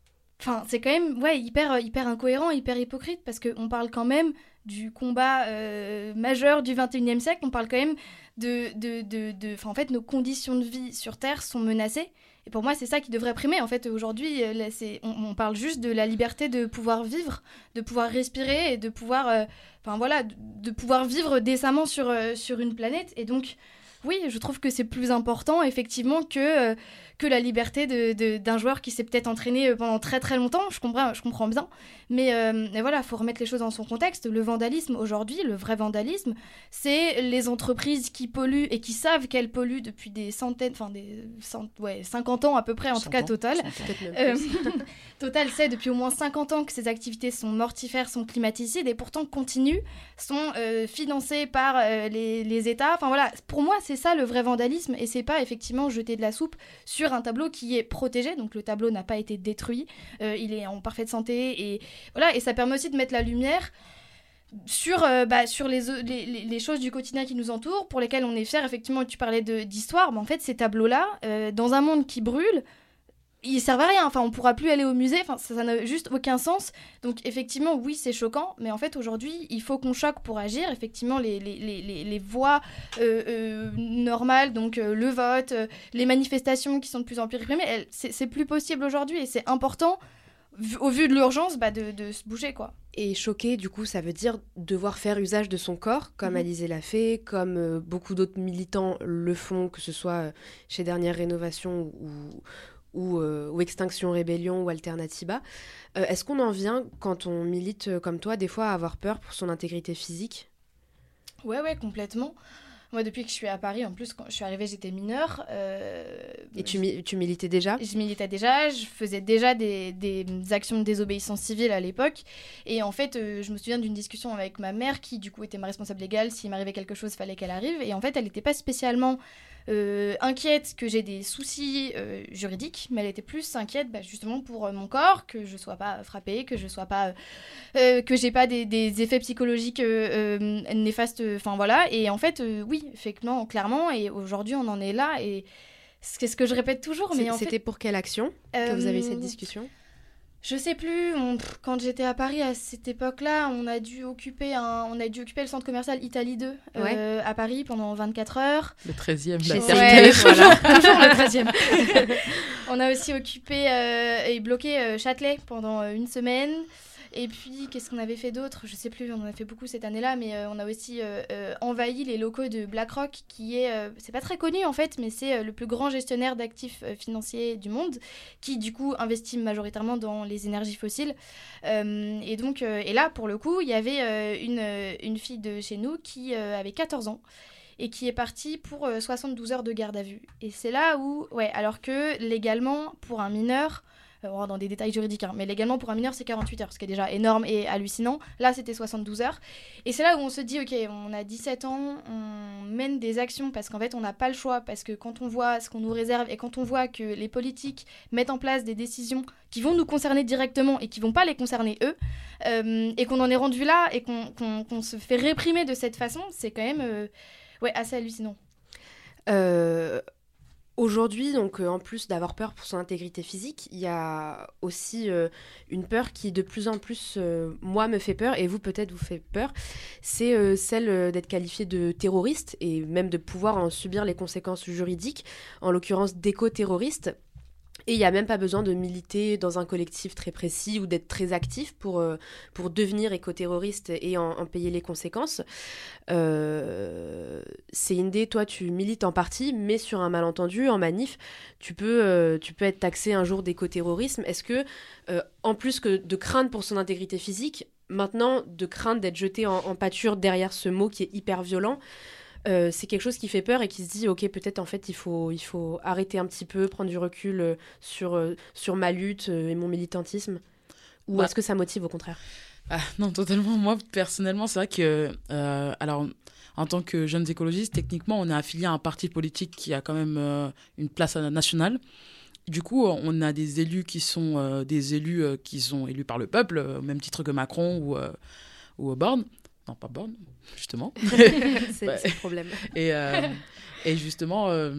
c'est quand même ouais, hyper, hyper incohérent, hyper hypocrite parce qu'on parle quand même du combat euh, majeur du vingt et unième siècle, on parle quand même de... de, de, de en fait, nos conditions de vie sur Terre sont menacées. Et pour moi, c'est ça qui devrait primer. En fait, aujourd'hui, c'est, on, on parle juste de la liberté de pouvoir vivre, de pouvoir respirer et de pouvoir, euh, enfin voilà, de, de pouvoir vivre décemment sur, euh, sur une planète. Et donc, oui, je trouve que c'est plus important, effectivement, que, euh, que la liberté de, de, d'un joueur qui s'est peut-être entraîné pendant très très longtemps. Je comprends, je comprends bien. Mais, euh, mais voilà, il faut remettre les choses dans son contexte. Le vandalisme, aujourd'hui, le vrai vandalisme, c'est les entreprises qui polluent et qui savent qu'elles polluent depuis des centaines, enfin des cent, ouais, cinquante ans à peu près, en tout cas, Total. Euh, Total sait depuis au moins cinquante ans que ces activités sont mortifères, sont climaticides et pourtant continuent, sont euh, financées par euh, les, les États. Enfin voilà, pour moi, c'est ça le vrai vandalisme et c'est pas effectivement jeter de la soupe sur un tableau qui est protégé. Donc le tableau n'a pas été détruit, euh, il est en parfaite santé et voilà, et ça permet aussi de mettre la lumière sur, euh, bah, sur les, les, les choses du quotidien qui nous entourent, pour lesquelles on est fiers. Effectivement, tu parlais de, d'histoire, mais en fait, ces tableaux-là, euh, dans un monde qui brûle, ils servent à rien. Enfin, on ne pourra plus aller au musée, enfin, ça, ça n'a juste aucun sens. Donc, effectivement, oui, c'est choquant, mais en fait, aujourd'hui, il faut qu'on choque pour agir. Effectivement, les, les, les, les voies euh, euh, normales, donc euh, le vote, euh, les manifestations qui sont de plus en plus réprimées, elles, c'est, c'est plus possible aujourd'hui et c'est important, au vu de l'urgence, bah, de, de se bouger, quoi. Et choquer, du coup, ça veut dire devoir faire usage de son corps, comme mmh. Alizée l'a fait, comme euh, beaucoup d'autres militants le font, que ce soit euh, chez Dernière Rénovation ou, ou, euh, ou Extinction Rébellion ou Alternatiba. Euh, est-ce qu'on en vient, quand on milite euh, comme toi, des fois à avoir peur pour son intégrité physique ? Ouais, ouais, complètement. Moi, depuis que je suis à Paris, en plus, quand je suis arrivée, j'étais mineure. Euh, Et tu, mi- tu militais déjà ? Je militais déjà. Je faisais déjà des, des actions de désobéissance civile à l'époque. Et en fait, euh, je me souviens d'une discussion avec ma mère, qui, du coup, était ma responsable légale. S'il m'arrivait quelque chose, il fallait qu'elle arrive. Et en fait, elle n'était pas spécialement euh, inquiète que j'ai des soucis euh, juridiques, mais elle était plus inquiète bah, justement pour euh, mon corps, que je ne sois pas frappée, que je sois pas... Euh, que j'ai pas des, des effets psychologiques euh, euh, néfastes. Enfin, voilà. Et en fait, euh, oui, effectivement, clairement. Et aujourd'hui, on en est là. Et c'est ce que je répète toujours. Mais en C'était fait, pour quelle action euh, que vous avez eu cette discussion ? Je sais plus. On, quand j'étais à Paris à cette époque-là, on a dû occuper un, on a dû occuper le centre commercial Italie deux ouais. euh, à Paris pendant vingt-quatre heures. Le treizième, la ouais, ouais, voilà. Toujours le treizième. On a aussi occupé euh, et bloqué euh, Châtelet pendant euh, une semaine. Et puis, qu'est-ce qu'on avait fait d'autre ? Je sais plus, on en a fait beaucoup cette année-là, mais euh, on a aussi euh, euh, envahi les locaux de BlackRock, qui est, euh, c'est pas très connu en fait, mais c'est euh, le plus grand gestionnaire d'actifs euh, financiers du monde, qui du coup investit majoritairement dans les énergies fossiles. Euh, et donc, euh, et là, pour le coup, il y avait euh, une, une fille de chez nous qui euh, avait quatorze ans, et qui est partie pour euh, soixante-douze heures de garde à vue. Et c'est là où, ouais, alors que légalement, pour un mineur, euh, on rentre dans des détails juridiques, hein, mais légalement pour un mineur c'est quarante-huit heures, ce qui est déjà énorme et hallucinant. Là c'était soixante-douze heures. Et c'est là où on se dit, ok, on a dix-sept ans, on mène des actions parce qu'en fait on n'a pas le choix, parce que quand on voit ce qu'on nous réserve et quand on voit que les politiques mettent en place des décisions qui vont nous concerner directement et qui vont pas les concerner eux, euh, et qu'on en est rendu là et qu'on, qu'on, qu'on se fait réprimer de cette façon, c'est quand même euh, ouais, assez hallucinant. Euh... Aujourd'hui, donc, euh, en plus d'avoir peur pour son intégrité physique, il y a aussi euh, une peur qui de plus en plus, euh, moi, me fait peur, et vous peut-être vous fait peur, c'est euh, celle euh, d'être qualifié de terroriste, et même de pouvoir en subir les conséquences juridiques, en l'occurrence d'éco-terroriste. Et il n'y a même pas besoin de militer dans un collectif très précis ou d'être très actif pour, euh, pour devenir éco-terroriste et en, en payer les conséquences. Euh, Céline, toi, tu milites en partie, mais sur un malentendu, en manif, tu peux, euh, tu peux être taxé un jour d'éco-terrorisme. Est-ce que, euh, en plus que de craindre pour son intégrité physique, maintenant, de craindre d'être jeté en, en pâture derrière ce mot qui est hyper violent, Euh, c'est quelque chose qui fait peur et qui se dit ok, peut-être en fait il faut, il faut arrêter un petit peu, prendre du recul euh, sur, euh, sur ma lutte euh, et mon militantisme, ou bah, est-ce que ça motive au contraire? Ah, non, totalement. Moi personnellement c'est vrai que euh, alors en tant que jeunes écologistes, techniquement on est affilié à un parti politique qui a quand même euh, une place nationale. Du coup, on a des élus qui sont euh, des élus euh, qui sont élus par le peuple, euh, au même titre que Macron ou, euh, ou Borne. Non, pas Borne, justement. c'est, ouais. c'est le problème. Et, euh, et justement, euh,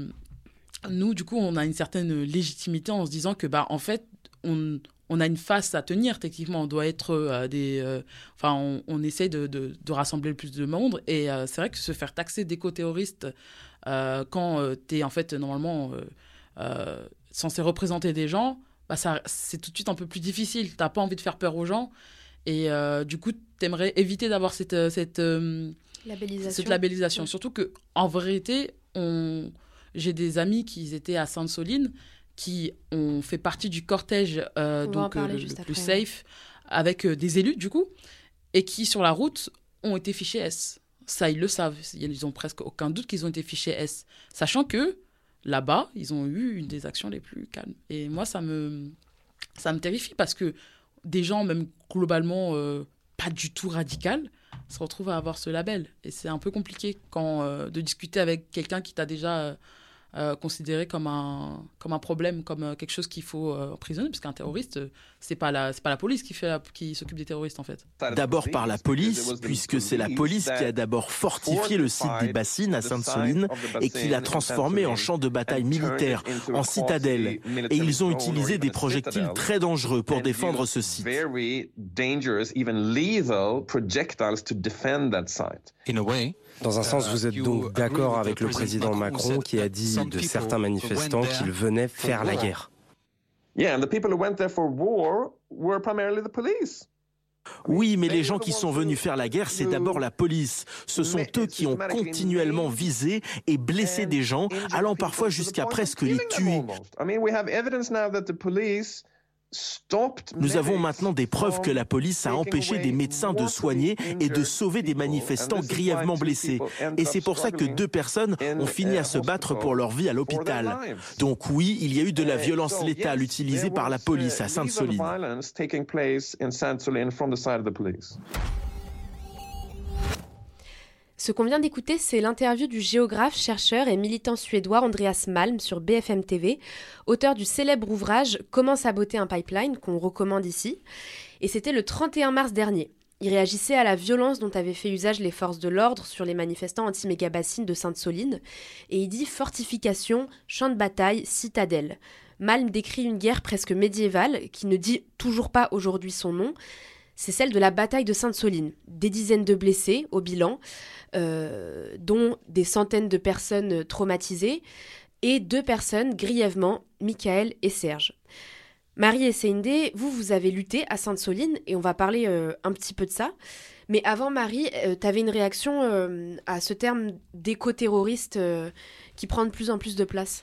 nous, du coup, on a une certaine légitimité en se disant que, bah, en fait, on, on a une face à tenir, techniquement. On doit être euh, des... Euh, enfin, on, on essaie de, de, de rassembler le plus de monde. Et euh, c'est vrai que se faire taxer d'éco-terroriste euh, quand euh, tu es, en fait, normalement euh, euh, censé représenter des gens, bah, ça, c'est tout de suite un peu plus difficile. Tu n'as pas envie de faire peur aux gens. Et euh, du coup, tu aimerais éviter d'avoir cette, cette, euh, labellisation. cette labellisation. Surtout qu'en vérité, on... j'ai des amis qui étaient à Sainte-Soline, qui ont fait partie du cortège euh, donc, euh, le, le plus safe, avec euh, des élus, du coup, et qui, sur la route, ont été fichés S. Ça, ils le savent. Ils n'ont presque aucun doute qu'ils ont été fichés S. Sachant que, là-bas, ils ont eu une des actions les plus calmes. Et moi, ça me, ça me terrifie parce que des gens, même globalement euh, pas du tout radical, se retrouvent à avoir ce label. Et c'est un peu compliqué quand, euh, de discuter avec quelqu'un qui t'a déjà euh, euh, considéré comme un, comme un problème, comme euh, quelque chose qu'il faut euh, emprisonner, parce qu'un terroriste, euh, c'est pas la, c'est pas la police qui, fait la, qui s'occupe des terroristes, en fait. D'abord par la police, puisque c'est la police qui a d'abord fortifié le site des bassines à Sainte-Soline et qui l'a transformé en champ de bataille militaire, en citadelle. Et ils ont utilisé des projectiles très dangereux pour défendre ce site. Dans un sens, vous êtes donc d'accord avec le président Macron qui a dit de certains manifestants qu'ils venaient faire la guerre. Oui, mais les gens qui sont venus faire la guerre, c'est d'abord la police. Ce sont eux qui ont continuellement visé et blessé des gens, allant parfois jusqu'à presque les tuer. Nous avons maintenant des preuves que la police a empêché des médecins de soigner et de sauver des manifestants grièvement blessés. Et c'est pour ça que deux personnes ont fini à se battre pour leur vie à l'hôpital. Donc oui, il y a eu de la violence létale utilisée par la police à Sainte-Soline. Ce qu'on vient d'écouter, c'est l'interview du géographe, chercheur et militant suédois Andreas Malm sur B F M T V, auteur du célèbre ouvrage « Comment saboter un pipeline » qu'on recommande ici. Et c'était le trente et un mars dernier. Il réagissait à la violence dont avaient fait usage les forces de l'ordre sur les manifestants anti-méga-bassines de Sainte-Soline. Et il dit « fortification, champ de bataille, citadelle ». Malm décrit une guerre presque médiévale qui ne dit toujours pas aujourd'hui son nom. C'est celle de la bataille de Sainte-Soline. Des dizaines de blessés au bilan, euh, dont des centaines de personnes traumatisées et deux personnes grièvement, Michael et Serge. Marie et Seinde, vous, vous avez lutté à Sainte-Soline et on va parler euh, un petit peu de ça. Mais avant, Marie, euh, tu avais une réaction euh, à ce terme d'éco-terroriste euh, qui prend de plus en plus de place.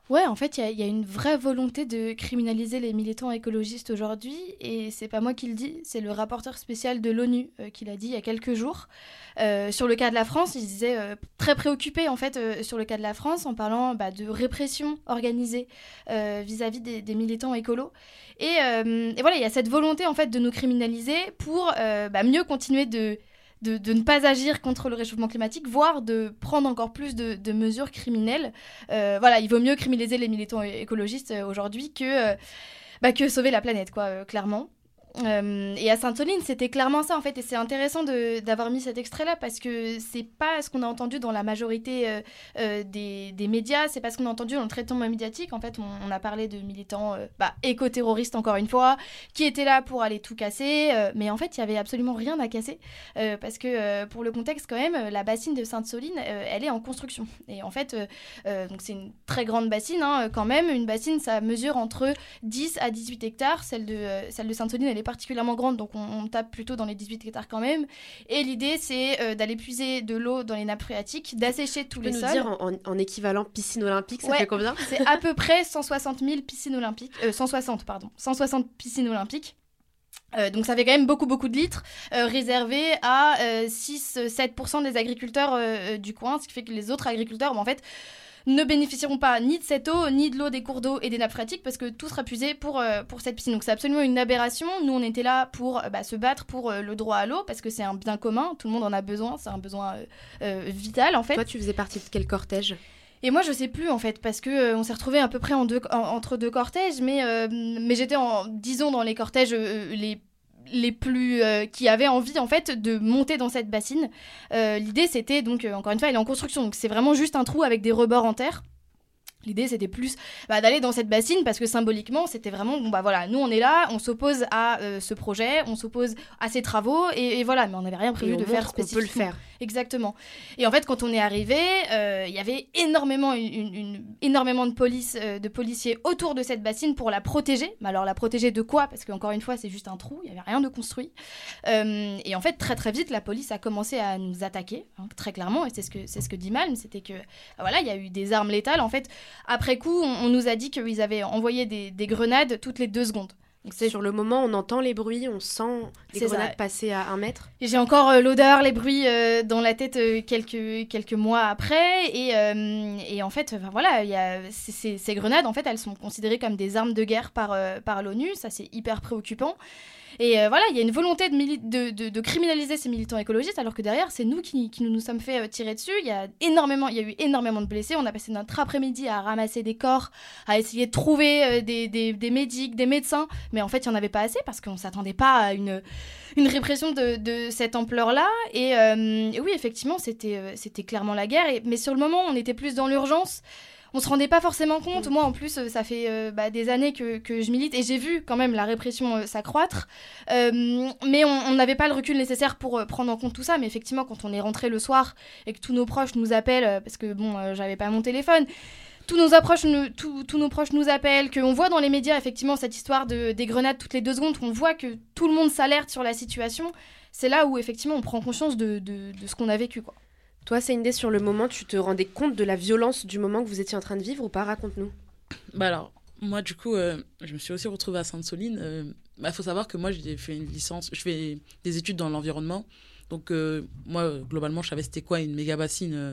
Ouais, en fait, il y, y a une vraie volonté de criminaliser les militants écologistes aujourd'hui, et c'est pas moi qui le dis, c'est le rapporteur spécial de l'ONU euh, qui l'a dit il y a quelques jours. Euh, sur le cas de la France, il se disait euh, très préoccupé en fait euh, sur le cas de la France en parlant bah, de répression organisée euh, vis-à-vis des, des militants écolos. Et, euh, et voilà, il y a cette volonté en fait de nous criminaliser pour euh, bah, mieux continuer de De, de ne pas agir contre le réchauffement climatique, voire de prendre encore plus de, de mesures criminelles. Euh, voilà, il vaut mieux criminaliser les militants écologistes euh, aujourd'hui que, euh, bah, que sauver la planète, quoi, euh, clairement. Euh, et à Sainte-Soline, c'était clairement ça en fait, et c'est intéressant de, d'avoir mis cet extrait-là parce que c'est pas ce qu'on a entendu dans la majorité euh, euh, des, des médias, c'est pas ce qu'on a entendu dans le traitement médiatique. En fait, on, on a parlé de militants euh, bah, éco-terroristes encore une fois, qui étaient là pour aller tout casser, euh, mais en fait, il y avait absolument rien à casser euh, parce que euh, pour le contexte quand même, la bassine de Sainte-Soline, euh, elle est en construction. Et en fait, euh, euh, donc c'est une très grande bassine hein, quand même. Une bassine, ça mesure entre dix à dix-huit hectares. Celle de, euh, celle de Sainte-Soline, elle est particulièrement grande, donc on, on tape plutôt dans les dix-huit hectares quand même. Et l'idée, c'est euh, d'aller puiser de l'eau dans les nappes phréatiques, d'assécher tous les sols. Tu peux nous dire en, en, en équivalent piscine olympique, ça ouais, fait combien? C'est à peu près cent soixante mille piscines olympiques. Euh, cent soixante, pardon. cent soixante piscines olympiques. Euh, donc ça fait quand même beaucoup beaucoup de litres euh, réservés à euh, six à sept pour cent des agriculteurs euh, du coin, ce qui fait que les autres agriculteurs, bah, en fait, ne bénéficieront pas ni de cette eau, ni de l'eau des cours d'eau et des nappes phréatiques parce que tout sera puisé pour, euh, pour cette piscine. Donc c'est absolument une aberration. Nous, on était là pour bah, se battre pour euh, le droit à l'eau parce que c'est un bien commun, tout le monde en a besoin, c'est un besoin euh, euh, vital en fait. Toi, tu faisais partie de quel cortège ? Et moi, je sais plus, en fait, parce qu'on euh, s'est retrouvés à peu près en deux, en, entre deux cortèges, mais, euh, mais j'étais, en, disons, dans les cortèges euh, les les plus euh, qui avaient envie en fait de monter dans cette bassine. Euh, l'idée c'était donc euh, encore une fois elle est en construction, donc c'est vraiment juste un trou avec des rebords en terre. L'idée, c'était plus bah, d'aller dans cette bassine parce que symboliquement, c'était vraiment, bon, bah voilà, nous, on est là, on s'oppose à euh, ce projet, on s'oppose à ces travaux, et, et voilà, mais on n'avait rien prévu de faire spécifiquement. On peut le faire. Exactement. Et en fait, quand on est arrivé, il euh, y avait énormément, une, une, une, énormément de, police, euh, de policiers autour de cette bassine pour la protéger. Mais alors, la protéger de quoi ? Parce qu'encore une fois, c'est juste un trou, il n'y avait rien de construit. Euh, et en fait, très très vite, la police a commencé à nous attaquer, hein, très clairement, et c'est ce que, c'est ce que dit Malm, c'était que, voilà, il y a eu des armes létales, en fait. Après coup, on, on nous a dit qu'ils avaient envoyé des, des grenades toutes les deux secondes. Donc c'est... Sur le moment, on entend les bruits, on sent les c'est grenades ça. Passer à un mètre. Et j'ai encore euh, l'odeur, les bruits euh, dans la tête euh, quelques, quelques mois après. Et, euh, et en fait, voilà, y a, c- c- ces grenades, en fait, elles sont considérées comme des armes de guerre par, euh, par l'ONU. Ça, c'est hyper préoccupant. Et euh, voilà, il y a une volonté de, mili- de, de, de criminaliser ces militants écologistes, alors que derrière, c'est nous qui, qui nous, nous sommes fait euh, tirer dessus. Il y a énormément, il y a eu énormément de blessés. On a passé notre après-midi à ramasser des corps, à essayer de trouver euh, des, des, des médics, des médecins. Mais en fait, il n'y en avait pas assez parce qu'on ne s'attendait pas à une, une répression de, de cette ampleur-là. Et, euh, et oui, effectivement, c'était, euh, c'était clairement la guerre. Et, mais sur le moment, on était plus dans l'urgence. On se rendait pas forcément compte. Moi, en plus, ça fait euh, bah, des années que, que je milite et j'ai vu quand même la répression euh, s'accroître. Euh, mais on n'avait pas le recul nécessaire pour euh, prendre en compte tout ça. Mais effectivement, quand on est rentré le soir et que tous nos proches nous appellent, euh, parce que bon, euh, j'avais pas mon téléphone, tous nos, approches, nous, tous, tous nos proches nous appellent, qu'on voit dans les médias effectivement cette histoire de, des grenades toutes les deux secondes, qu'on voit que tout le monde s'alerte sur la situation, c'est là où effectivement on prend conscience de, de, de ce qu'on a vécu, quoi. Toi, Seindé, sur le moment, tu te rendais compte de la violence du moment que vous étiez en train de vivre ou pas ? Raconte-nous. Bah alors, moi, du coup, euh, je me suis aussi retrouvée à Sainte-Soline. Il euh, bah, faut savoir que moi, j'ai fait une licence, je fais des études dans l'environnement. Donc, euh, moi, globalement, je savais c'était quoi une méga bassine. Euh,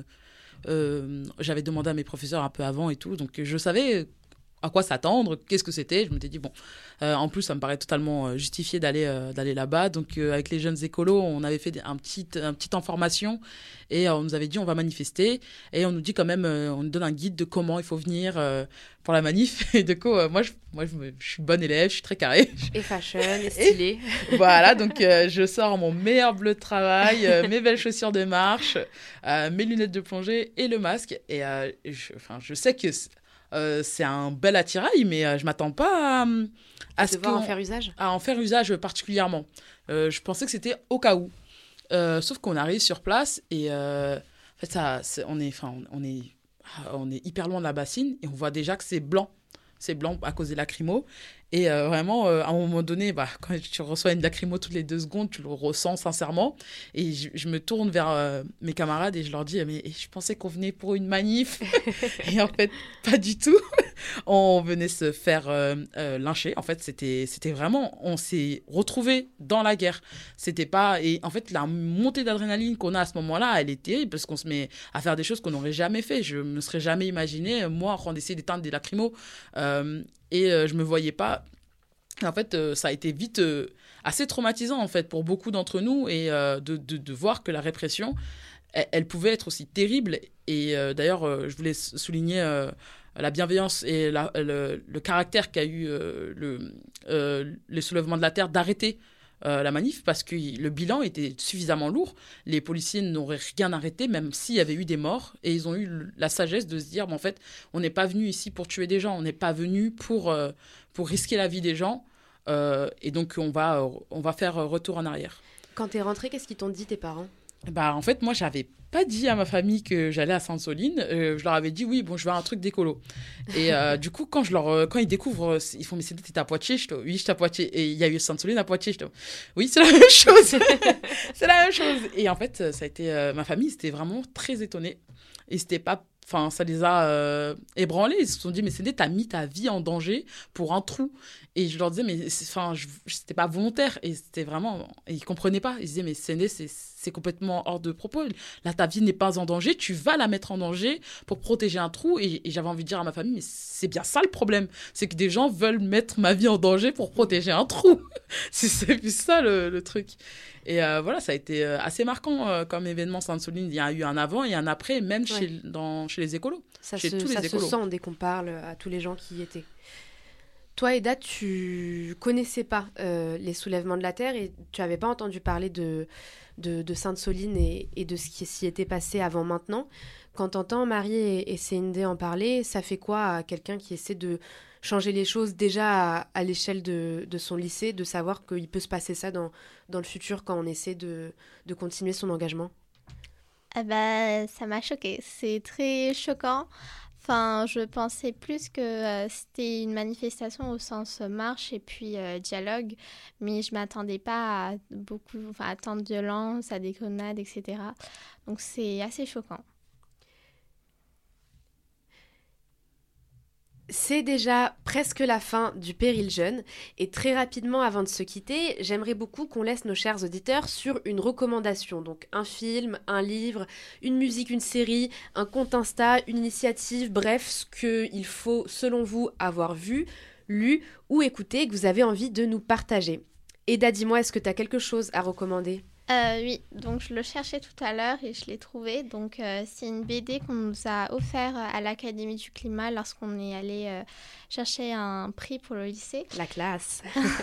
euh, j'avais demandé à mes professeurs un peu avant et tout. Donc, je savais à quoi s'attendre, qu'est-ce que c'était. Je m'étais dit, bon, euh, en plus, ça me paraît totalement euh, justifié d'aller, euh, d'aller là-bas. Donc, euh, avec les jeunes écolos, on avait fait des, un petit, un petit information et euh, on nous avait dit, on va manifester. Et on nous dit quand même, euh, on nous donne un guide de comment il faut venir euh, pour la manif. Et du coup, euh, moi, je, moi je, me, je suis bonne élève, je suis très carrée. Et fashion, et stylée. Et, voilà, donc euh, je sors mon meilleur bleu de travail, euh, mes belles chaussures de marche, euh, mes lunettes de plongée et le masque. Et euh, je, enfin, je sais que... Euh, c'est un bel attirail, mais euh, je ne m'attends pas à, à ce devoir en faire usage. À en faire usage particulièrement. Euh, je pensais que c'était au cas où. Euh, sauf qu'on arrive sur place et euh, en fait, ça, c'est, on, est, on, est, on est hyper loin de la bassine et on voit déjà que c'est blanc. c'est blanc à cause des lacrymos. Et euh, vraiment, euh, à un moment donné, bah, quand tu reçois une lacrymo toutes les deux secondes, tu le ressens sincèrement. Et je, je me tourne vers euh, mes camarades et je leur dis, mais je pensais qu'on venait pour une manif. Et en fait, pas du tout. On venait se faire euh, euh, lyncher. En fait, c'était, c'était vraiment, on s'est retrouvés dans la guerre. C'était pas, et en fait, la montée d'adrénaline qu'on a à ce moment-là, elle est terrible parce qu'on se met à faire des choses qu'on n'aurait jamais fait. Je me serais jamais imaginé, moi, en train d'essayer d'éteindre des lacrymos. Euh, Et euh, je ne me voyais pas. En fait, euh, ça a été vite euh, assez traumatisant en fait, pour beaucoup d'entre nous et euh, de, de, de voir que la répression, elle, elle pouvait être aussi terrible. Et euh, d'ailleurs, euh, je voulais souligner euh, la bienveillance et la, le, le caractère qu'a eu euh, le, euh, les soulèvements de la Terre d'arrêter Euh, la manif parce que le bilan était suffisamment lourd. Les policiers n'auraient rien arrêté, même s'il y avait eu des morts. Et ils ont eu la sagesse de se dire, bon, en fait, on n'est pas venu ici pour tuer des gens, on n'est pas venu pour, euh, pour risquer la vie des gens. Euh, et donc, on va, euh, on va faire retour en arrière. Quand t'es rentrée, qu'est-ce qu'ils t'ont dit, tes parents ? Bah, en fait, moi, j'avais pas dit à ma famille que j'allais à Sainte-Soline. Euh, je leur avais dit, oui, bon, je vais à un truc d'écolo. Et euh, du coup, quand, je leur, quand ils découvrent, ils font, mais c'est t'es à Poitiers? Je dis, oui, je suis à Poitiers. Et il y a eu Sainte-Soline à Poitiers. Je dis, oui, c'est la même chose. C'est la même chose. Et en fait, ça a été, euh, ma famille, c'était vraiment très étonnée. Et c'était pas, enfin, ça les a euh, ébranlés. Ils se sont dit, mais c'est t'as mis ta vie en danger pour un trou. Et je leur disais, mais enfin, c'était pas volontaire. Et c'était vraiment, et ils comprenaient pas. Ils disaient, mais c'est, c'est, c'est complètement hors de propos. Là, ta vie n'est pas en danger. Tu vas la mettre en danger pour protéger un trou. Et, et j'avais envie de dire à ma famille, mais c'est bien ça le problème. C'est que des gens veulent mettre ma vie en danger pour protéger un trou. c'est, c'est ça le, le truc. Et euh, voilà, ça a été assez marquant euh, comme événement Sainte-Soline. Il y a eu un avant et un après, même ouais. chez, dans, chez les écolos. Ça, chez se, tous ça les se écolos. sent dès qu'on parle à tous les gens qui y étaient. Toi, Eda, tu connaissais pas euh, les soulèvements de la Terre et tu n'avais pas entendu parler de, de, de Sainte-Soline et, et de ce qui s'y était passé avant maintenant. Quand t'entends Marie et, et Céline en parler, ça fait quoi à quelqu'un qui essaie de changer les choses déjà à, à l'échelle de, de son lycée, de savoir qu'il peut se passer ça dans, dans le futur quand on essaie de, de continuer son engagement? Ah bah, ça m'a choquée. C'est très choquant. Enfin, je pensais plus que euh, c'était une manifestation au sens marche et puis euh, dialogue, mais je ne m'attendais pas à beaucoup, enfin, à tant de violence, à des grenades, et cetera. Donc c'est assez choquant. C'est déjà presque la fin du Péril Jeune et très rapidement avant de se quitter, j'aimerais beaucoup qu'on laisse nos chers auditeurs sur une recommandation. Donc un film, un livre, une musique, une série, un compte Insta, une initiative, bref, ce qu'il faut selon vous avoir vu, lu ou écouté que vous avez envie de nous partager. Eda, dis-moi, est-ce que tu as quelque chose à recommander ? Euh, oui, donc je le cherchais tout à l'heure et je l'ai trouvé. Donc euh, c'est une B D qu'on nous a offert à l'Académie du Climat lorsqu'on est allé euh, chercher un prix pour le lycée. La classe.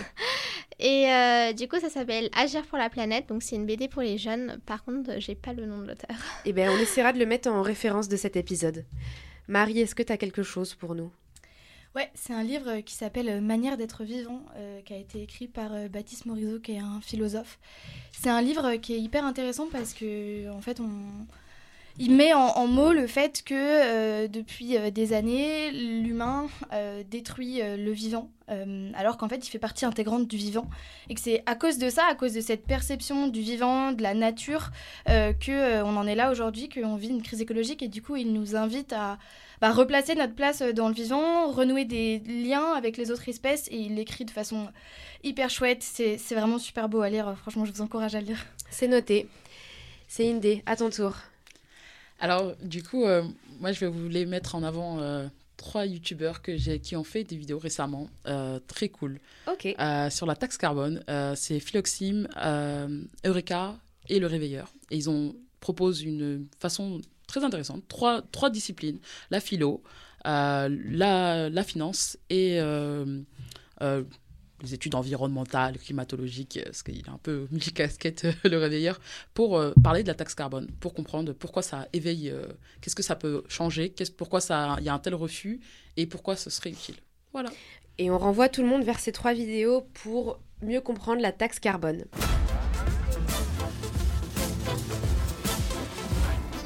Et euh, du coup ça s'appelle Agir pour la planète. Donc c'est une B D pour les jeunes. Par contre, j'ai pas le nom de l'auteur. Eh bien, on essaiera de le mettre en référence de cet épisode. Marie, est-ce que tu as quelque chose pour nous ? Ouais, c'est un livre qui s'appelle Manière d'être vivant, euh, qui a été écrit par euh, Baptiste Morisot, qui est un philosophe. C'est un livre qui est hyper intéressant parce que, en fait, on... il met en, en mots le fait que euh, depuis euh, des années, l'humain euh, détruit euh, le vivant, euh, alors qu'en fait, il fait partie intégrante du vivant. Et que c'est à cause de ça, à cause de cette perception du vivant, de la nature, euh, qu'on euh, en est là aujourd'hui, qu'on vit une crise écologique. Et du coup, il nous invite à... Bah, replacer notre place dans le vivant, renouer des liens avec les autres espèces, et il l'écrit de façon hyper chouette. C'est, c'est vraiment super beau à lire. Franchement, je vous encourage à le lire. C'est noté. C'est Indé, à ton tour. Alors, du coup, euh, moi, je vais vous les mettre en avant euh, trois youtubeurs que j'ai, qui ont fait des vidéos récemment, euh, très cool. Ok. Euh, sur la taxe carbone. Euh, c'est Philoxime, euh, Eureka et Le Réveilleur. Et ils ont proposent une façon très intéressante, trois, trois disciplines, la philo, euh, la, la finance et euh, euh, les études environnementales, climatologiques, parce qu'il est un peu multicasquette, Le Réveilleur, pour euh, parler de la taxe carbone, pour comprendre pourquoi ça éveille, euh, qu'est-ce que ça peut changer, qu'est-ce, pourquoi il y a un tel refus et pourquoi ce serait utile. Voilà. Et on renvoie tout le monde vers ces trois vidéos pour mieux comprendre la taxe carbone.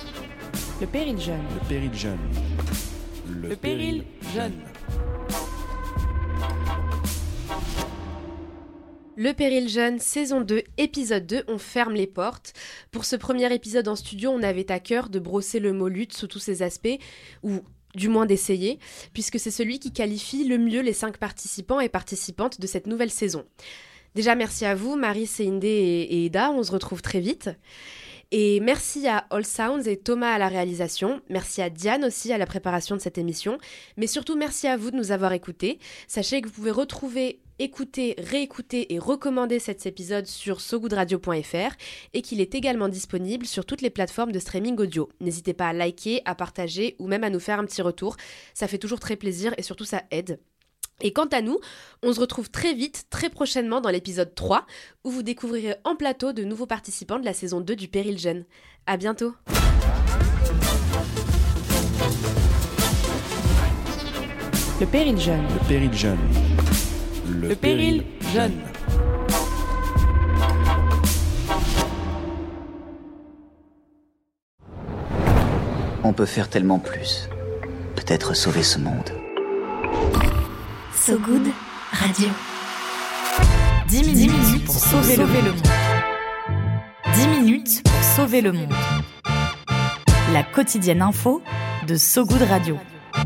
Le Péril Jeune. Le Péril Jeune. Le, Le Péril Jeune. Le Péril Jeune, saison deux, épisode deux, on ferme les portes. Pour ce premier épisode en studio, on avait à cœur de brosser le mot lutte sous tous ses aspects, ou du moins d'essayer, puisque c'est celui qui qualifie le mieux les cinq participants et participantes de cette nouvelle saison. Déjà, merci à vous, Marie, Céindé et, et Eda, on se retrouve très vite. Et merci à All Sounds et Thomas à la réalisation. Merci à Diane aussi à la préparation de cette émission. Mais surtout, merci à vous de nous avoir écoutés. Sachez que vous pouvez retrouver, écouter, réécouter et recommander cet épisode sur so good radio point f r et qu'il est également disponible sur toutes les plateformes de streaming audio. N'hésitez pas à liker, à partager ou même à nous faire un petit retour. Ça fait toujours très plaisir et surtout ça aide. Et quant à nous, on se retrouve très vite, très prochainement dans l'épisode trois, où vous découvrirez en plateau de nouveaux participants de la saison deux du Péril Jeune. À bientôt. Le Péril Jeune. Le Péril Jeune. Le, Le Péril Jeune. On peut faire tellement plus. Peut-être sauver ce monde. So Good Radio. dix minutes pour sauver le monde. dix minutes pour sauver le monde. La quotidienne info de So Good Radio.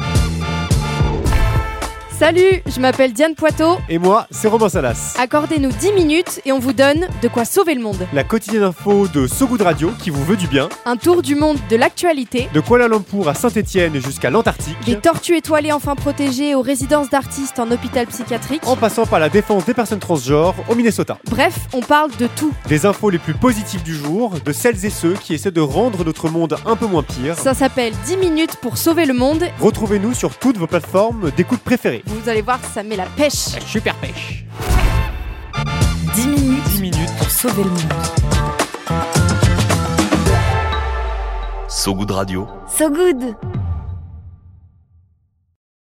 Salut, je m'appelle Diane Poitot. Et moi, c'est Romain Salas. Accordez-nous dix minutes et on vous donne de quoi sauver le monde. La quotidienne info de So Good Radio qui vous veut du bien. Un tour du monde de l'actualité. De Kuala Lumpur à Saint-Étienne jusqu'à l'Antarctique. Des tortues étoilées enfin protégées aux résidences d'artistes en hôpital psychiatrique. En passant par la défense des personnes transgenres au Minnesota. Bref, on parle de tout. Des infos les plus positives du jour, de celles et ceux qui essaient de rendre notre monde un peu moins pire. Ça s'appelle dix minutes pour sauver le monde. Retrouvez-nous sur toutes vos plateformes d'écoute préférées. Vous allez voir, ça met la pêche. La super pêche. dix minutes, dix minutes pour sauver le monde. So Good Radio. So Good.